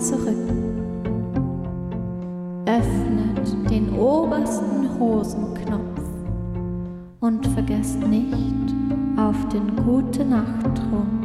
zurück. Öffnet den obersten Hosenknopf und vergesst nicht auf den Gute-Nacht-Trunk.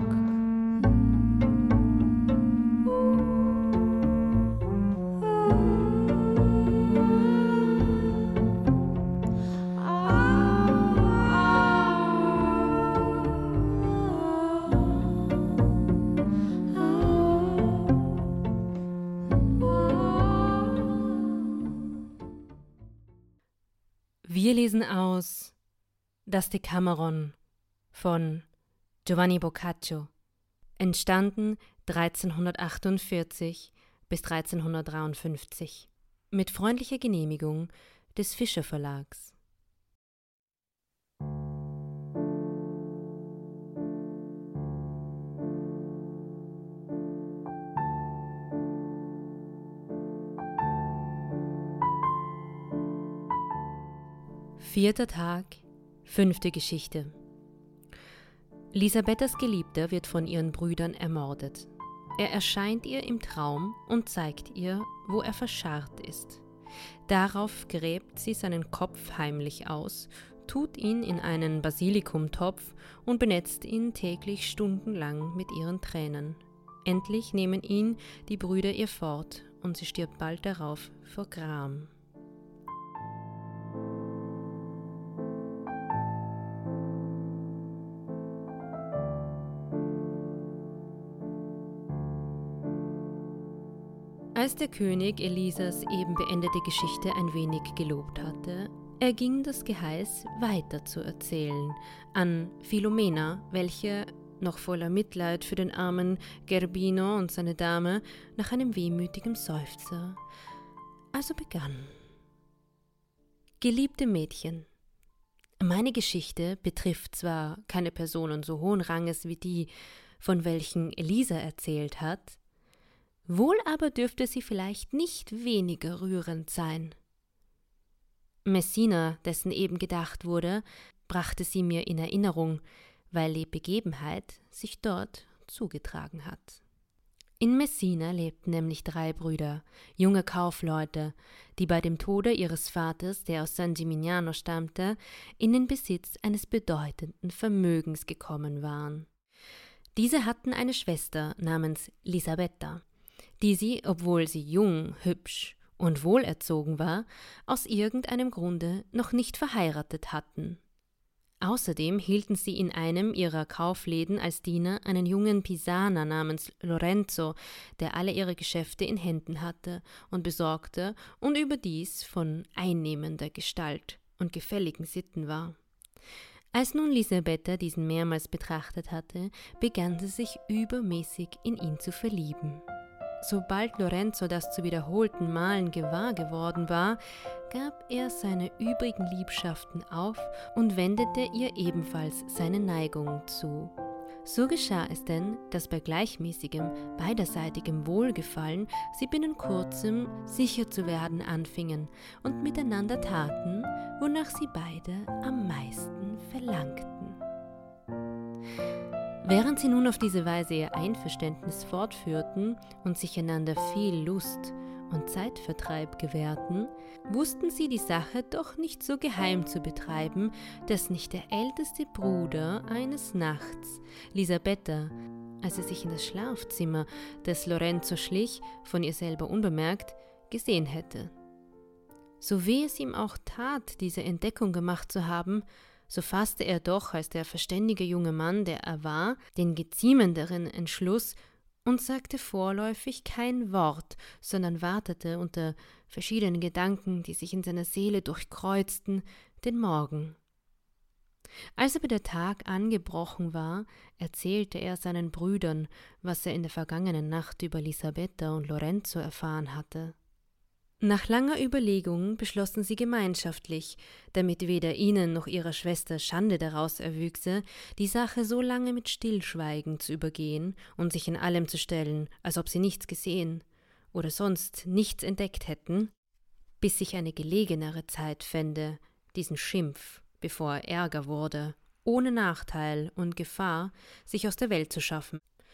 Wir lesen aus Das Decameron von Giovanni Boccaccio, entstanden 1348 bis 1353, mit freundlicher Genehmigung des Fischer Verlags. Vierter Tag, 5. Geschichte. Lisabettas Geliebter wird von ihren Brüdern ermordet. Er erscheint ihr im Traum und zeigt ihr, wo er verscharrt ist. Darauf gräbt sie seinen Kopf heimlich aus, tut ihn in einen Basilikumtopf und benetzt ihn täglich stundenlang mit ihren Tränen. Endlich nehmen ihn die Brüder ihr fort und sie stirbt bald darauf vor Gram. Als der König Elisas eben beendete Geschichte ein wenig gelobt hatte, erging das Geheiß weiter zu erzählen an Philomena, welche, noch voller Mitleid für den armen Gerbino und seine Dame, nach einem wehmütigen Seufzer also begann. Geliebte Mädchen, meine Geschichte betrifft zwar keine Personen so hohen Ranges wie die, von welchen Elisa erzählt hat, wohl aber dürfte sie vielleicht nicht weniger rührend sein. Messina, dessen eben gedacht wurde, brachte sie mir in Erinnerung, weil die Begebenheit sich dort zugetragen hat. In Messina lebten nämlich 3 Brüder, junge Kaufleute, die bei dem Tode ihres Vaters, der aus San Gimignano stammte, in den Besitz eines bedeutenden Vermögens gekommen waren. Diese hatten eine Schwester namens Lisabetta, die sie, obwohl sie jung, hübsch und wohlerzogen war, aus irgendeinem Grunde noch nicht verheiratet hatten. Außerdem hielten sie in einem ihrer Kaufläden als Diener einen jungen Pisaner namens Lorenzo, der alle ihre Geschäfte in Händen hatte und besorgte und überdies von einnehmender Gestalt und gefälligen Sitten war. Als nun Lisabetta diesen mehrmals betrachtet hatte, begann sie sich übermäßig in ihn zu verlieben. Sobald Lorenzo das zu wiederholten Malen gewahr geworden war, gab er seine übrigen Liebschaften auf und wendete ihr ebenfalls seine Neigung zu. So geschah es denn, dass bei gleichmäßigem, beiderseitigem Wohlgefallen sie binnen kurzem sicher zu werden anfingen und miteinander taten, wonach sie beide am meisten verlangten. Während sie nun auf diese Weise ihr Einverständnis fortführten und sich einander viel Lust und Zeitvertreib gewährten, wussten sie die Sache doch nicht so geheim zu betreiben, dass nicht der älteste Bruder eines Nachts, Lisabetta, als er sich in das Schlafzimmer des Lorenzo schlich, von ihr selber unbemerkt, gesehen hätte. So weh es ihm auch tat, diese Entdeckung gemacht zu haben, so fasste er doch als der verständige junge Mann, der er war, den geziemenderen Entschluss und sagte vorläufig kein Wort, sondern wartete unter verschiedenen Gedanken, die sich in seiner Seele durchkreuzten, den Morgen. Als aber der Tag angebrochen war, erzählte er seinen Brüdern, was er in der vergangenen Nacht über Lisabetta und Lorenzo erfahren hatte. Nach langer Überlegung beschlossen sie gemeinschaftlich, damit weder ihnen noch ihrer Schwester Schande daraus erwüchse, die Sache so lange mit Stillschweigen zu übergehen und sich in allem zu stellen, als ob sie nichts gesehen oder sonst nichts entdeckt hätten, bis sich eine gelegenere Zeit fände, diesen Schimpf, bevor er Ärger wurde, ohne Nachteil und Gefahr, sich aus der Welt zu schaffen.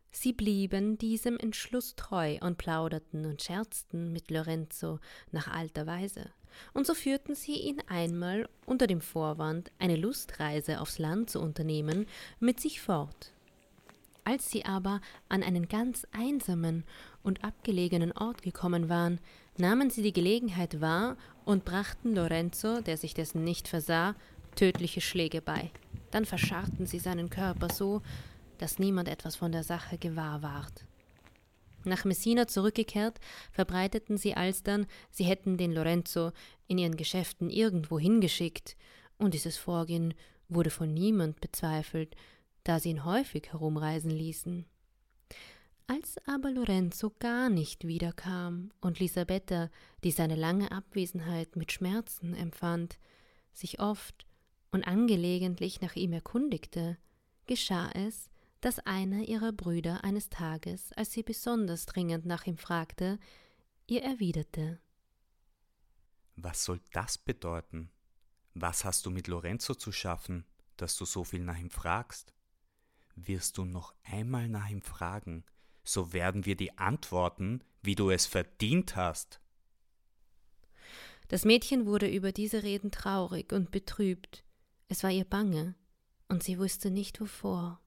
Sie blieben diesem Entschluss treu und plauderten und scherzten mit Lorenzo nach alter Weise. Und so führten sie ihn einmal unter dem Vorwand, eine Lustreise aufs Land zu unternehmen, mit sich fort. Als sie aber an einen ganz einsamen und abgelegenen Ort gekommen waren, nahmen sie die Gelegenheit wahr und brachten Lorenzo, der sich dessen nicht versah, tödliche Schläge bei. Dann verscharrten sie seinen Körper so, dass niemand etwas von der Sache gewahr ward. Nach Messina zurückgekehrt, verbreiteten sie alsdann, sie hätten den Lorenzo in ihren Geschäften irgendwo hingeschickt, und dieses Vorgehen wurde von niemand bezweifelt, da sie ihn häufig herumreisen ließen. Als aber Lorenzo gar nicht wiederkam und Lisabetta, die seine lange Abwesenheit mit Schmerzen empfand, sich oft und angelegentlich nach ihm erkundigte, geschah es, dass einer ihrer Brüder eines Tages, als sie besonders dringend nach ihm fragte, ihr erwiderte: Was soll das bedeuten? Was hast du mit Lorenzo zu schaffen, dass du so viel nach ihm fragst? Wirst du noch einmal nach ihm fragen, so werden wir dir antworten, wie du es verdient hast. Das Mädchen wurde über diese Reden traurig und betrübt. Es war ihr bange, und sie wusste nicht wovor.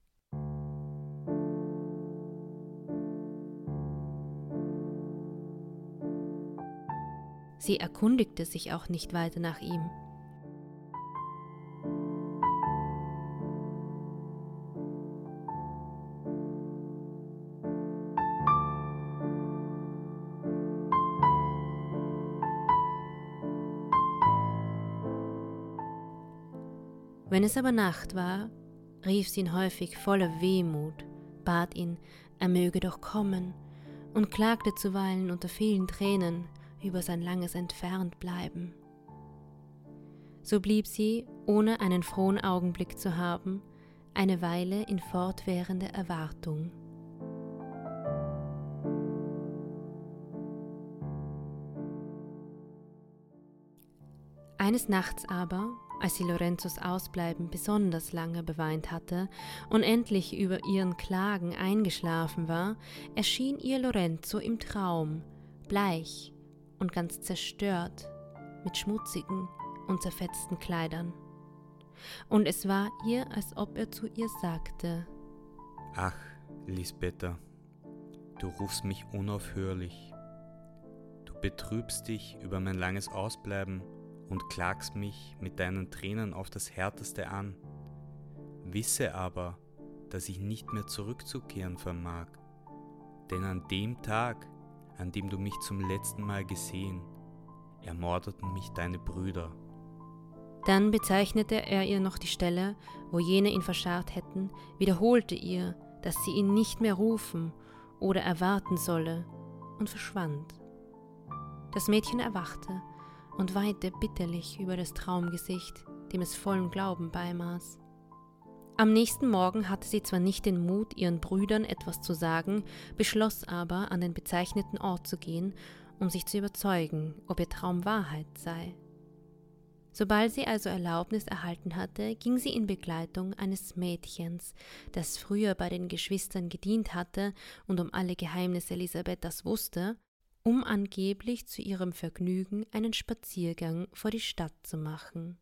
Sie erkundigte sich auch nicht weiter nach ihm. Wenn es aber Nacht war, rief sie ihn häufig voller Wehmut, bat ihn, er möge doch kommen, und klagte zuweilen unter vielen Tränen über sein langes Entferntbleiben. So blieb sie, ohne einen frohen Augenblick zu haben, eine Weile in fortwährender Erwartung. Eines Nachts aber, als sie Lorenzos Ausbleiben besonders lange beweint hatte und endlich über ihren Klagen eingeschlafen war, erschien ihr Lorenzo im Traum, bleich und ganz zerstört, mit schmutzigen und zerfetzten Kleidern. Und es war ihr, als ob er zu ihr sagte: Ach, Lisbetta, du rufst mich unaufhörlich. Du betrübst dich über mein langes Ausbleiben und klagst mich mit deinen Tränen auf das Härteste an. Wisse aber, dass ich nicht mehr zurückzukehren vermag, denn an dem Tag, an dem du mich zum letzten Mal gesehen, ermordeten mich deine Brüder. Dann bezeichnete er ihr noch die Stelle, wo jene ihn verscharrt hätten, wiederholte ihr, dass sie ihn nicht mehr rufen oder erwarten solle, und verschwand. Das Mädchen erwachte und weinte bitterlich über das Traumgesicht, dem es vollen Glauben beimaß. Am nächsten Morgen hatte sie zwar nicht den Mut, ihren Brüdern etwas zu sagen, beschloss aber, an den bezeichneten Ort zu gehen, um sich zu überzeugen, ob ihr Traum Wahrheit sei. Sobald sie also Erlaubnis erhalten hatte, ging sie in Begleitung eines Mädchens, das früher bei den Geschwistern gedient hatte und um alle Geheimnisse Elisabethas wusste, um angeblich zu ihrem Vergnügen einen Spaziergang vor die Stadt zu machen.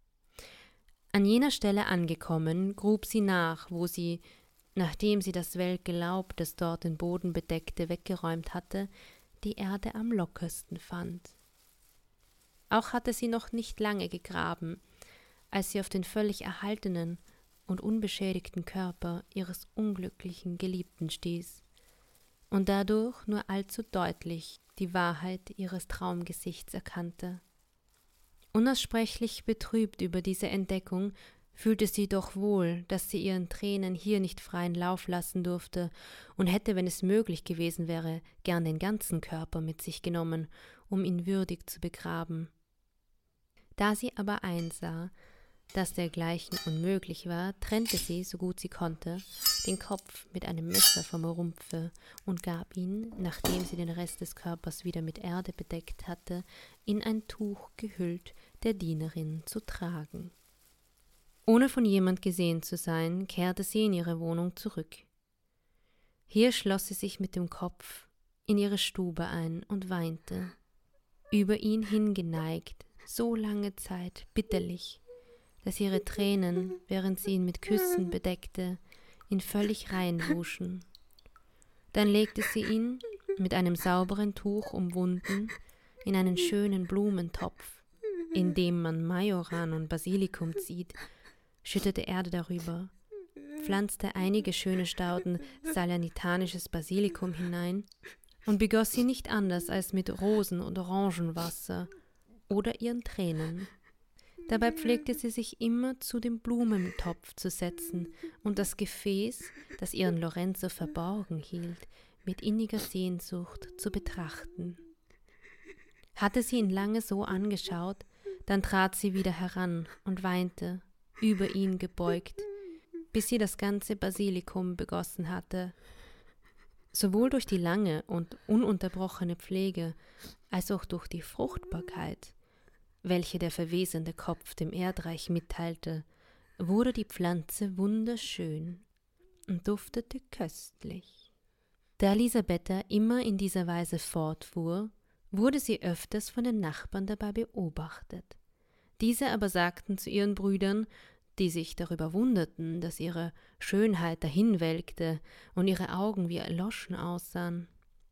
An jener Stelle angekommen, grub sie nach, wo sie, nachdem sie das welke Laub, das dort den Boden bedeckte, weggeräumt hatte, die Erde am lockersten fand. Auch hatte sie noch nicht lange gegraben, als sie auf den völlig erhaltenen und unbeschädigten Körper ihres unglücklichen Geliebten stieß und dadurch nur allzu deutlich die Wahrheit ihres Traumgesichts erkannte. Unaussprechlich betrübt über diese Entdeckung, fühlte sie doch wohl, dass sie ihren Tränen hier nicht freien Lauf lassen durfte und hätte, wenn es möglich gewesen wäre, gern den ganzen Körper mit sich genommen, um ihn würdig zu begraben. Da sie aber einsah, dass dergleichen unmöglich war, trennte sie, so gut sie konnte, den Kopf mit einem Messer vom Rumpfe und gab ihn, nachdem sie den Rest des Körpers wieder mit Erde bedeckt hatte, in ein Tuch gehüllt, der Dienerin zu tragen. Ohne von jemand gesehen zu sein, kehrte sie in ihre Wohnung zurück. Hier schloss sie sich mit dem Kopf in ihre Stube ein und weinte, über ihn hingeneigt, so lange Zeit, bitterlich, dass ihre Tränen, während sie ihn mit Küssen bedeckte, ihn völlig rein wuschen. Dann legte sie ihn, mit einem sauberen Tuch umwunden, in einen schönen Blumentopf, in dem man Majoran und Basilikum zieht, schüttete Erde darüber, pflanzte einige schöne Stauden salernitanisches Basilikum hinein und begoss sie nicht anders als mit Rosen- und Orangenwasser oder ihren Tränen. Dabei pflegte sie sich immer zu dem Blumentopf zu setzen und das Gefäß, das ihren Lorenzo verborgen hielt, mit inniger Sehnsucht zu betrachten. Hatte sie ihn lange so angeschaut, dann trat sie wieder heran und weinte, über ihn gebeugt, bis sie das ganze Basilikum begossen hatte. Sowohl durch die lange und ununterbrochene Pflege als auch durch die Fruchtbarkeit, welche der verwesende Kopf dem Erdreich mitteilte, wurde die Pflanze wunderschön und duftete köstlich. Da Elisabetta immer in dieser Weise fortfuhr, wurde sie öfters von den Nachbarn dabei beobachtet. Diese aber sagten zu ihren Brüdern, die sich darüber wunderten, dass ihre Schönheit dahinwelkte und ihre Augen wie erloschen aussahen: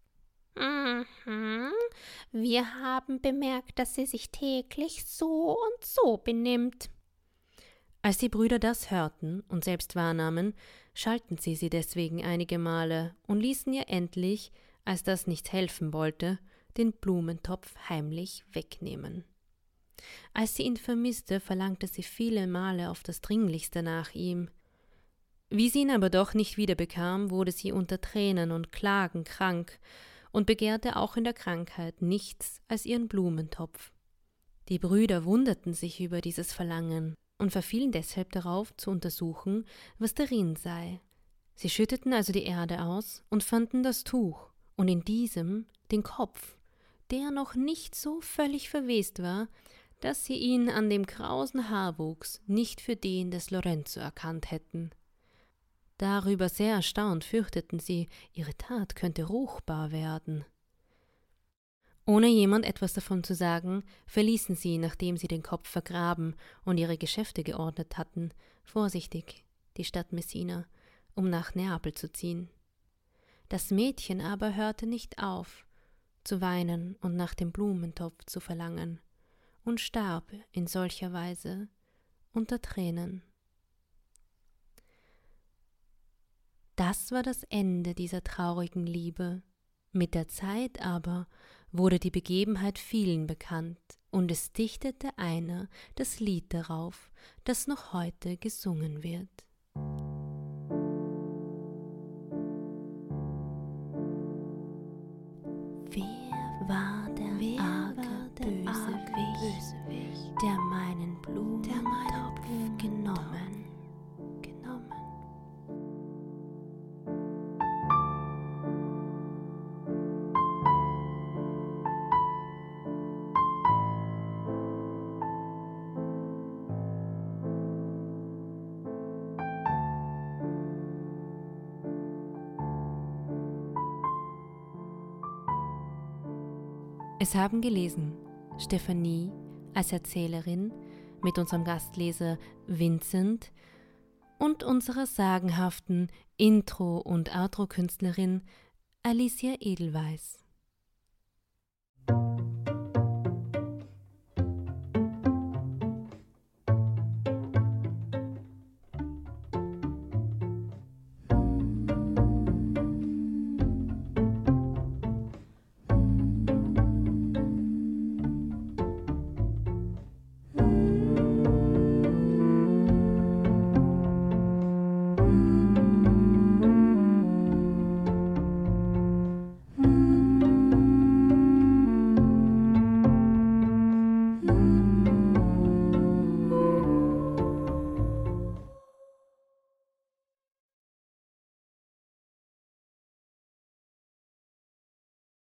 Wir haben bemerkt, dass sie sich täglich so und so benimmt. Als die Brüder das hörten und selbst wahrnahmen, schalten sie deswegen einige Male und ließen ihr endlich, als das nichts helfen wollte, den Blumentopf heimlich wegnehmen. Als sie ihn vermisste, verlangte sie viele Male auf das Dringlichste nach ihm. Wie sie ihn aber doch nicht wieder bekam, wurde sie unter Tränen und Klagen krank und begehrte auch in der Krankheit nichts als ihren Blumentopf. Die Brüder wunderten sich über dieses Verlangen und verfielen deshalb darauf, zu untersuchen, was darin sei. Sie schütteten also die Erde aus und fanden das Tuch und in diesem den Kopf, der noch nicht so völlig verwest war, dass sie ihn an dem krausen Haarwuchs nicht für den des Lorenzo erkannt hätten. Darüber sehr erstaunt fürchteten sie, ihre Tat könnte ruchbar werden. Ohne jemand etwas davon zu sagen, verließen sie, nachdem sie den Kopf vergraben und ihre Geschäfte geordnet hatten, vorsichtig die Stadt Messina, um nach Neapel zu ziehen. Das Mädchen aber hörte nicht auf, zu weinen und nach dem Blumentopf zu verlangen, und starb in solcher Weise unter Tränen. Das war das Ende dieser traurigen Liebe. Mit der Zeit aber wurde die Begebenheit vielen bekannt, und es dichtete einer das Lied darauf, das noch heute gesungen wird. Wer war der arge Bösewicht, der meinen Blumentopf genommen? Es haben gelesen Stefanie als Erzählerin mit unserem Gastleser Vincent und unserer sagenhaften Intro- und Outro-Künstlerin Alicia Edelweiss.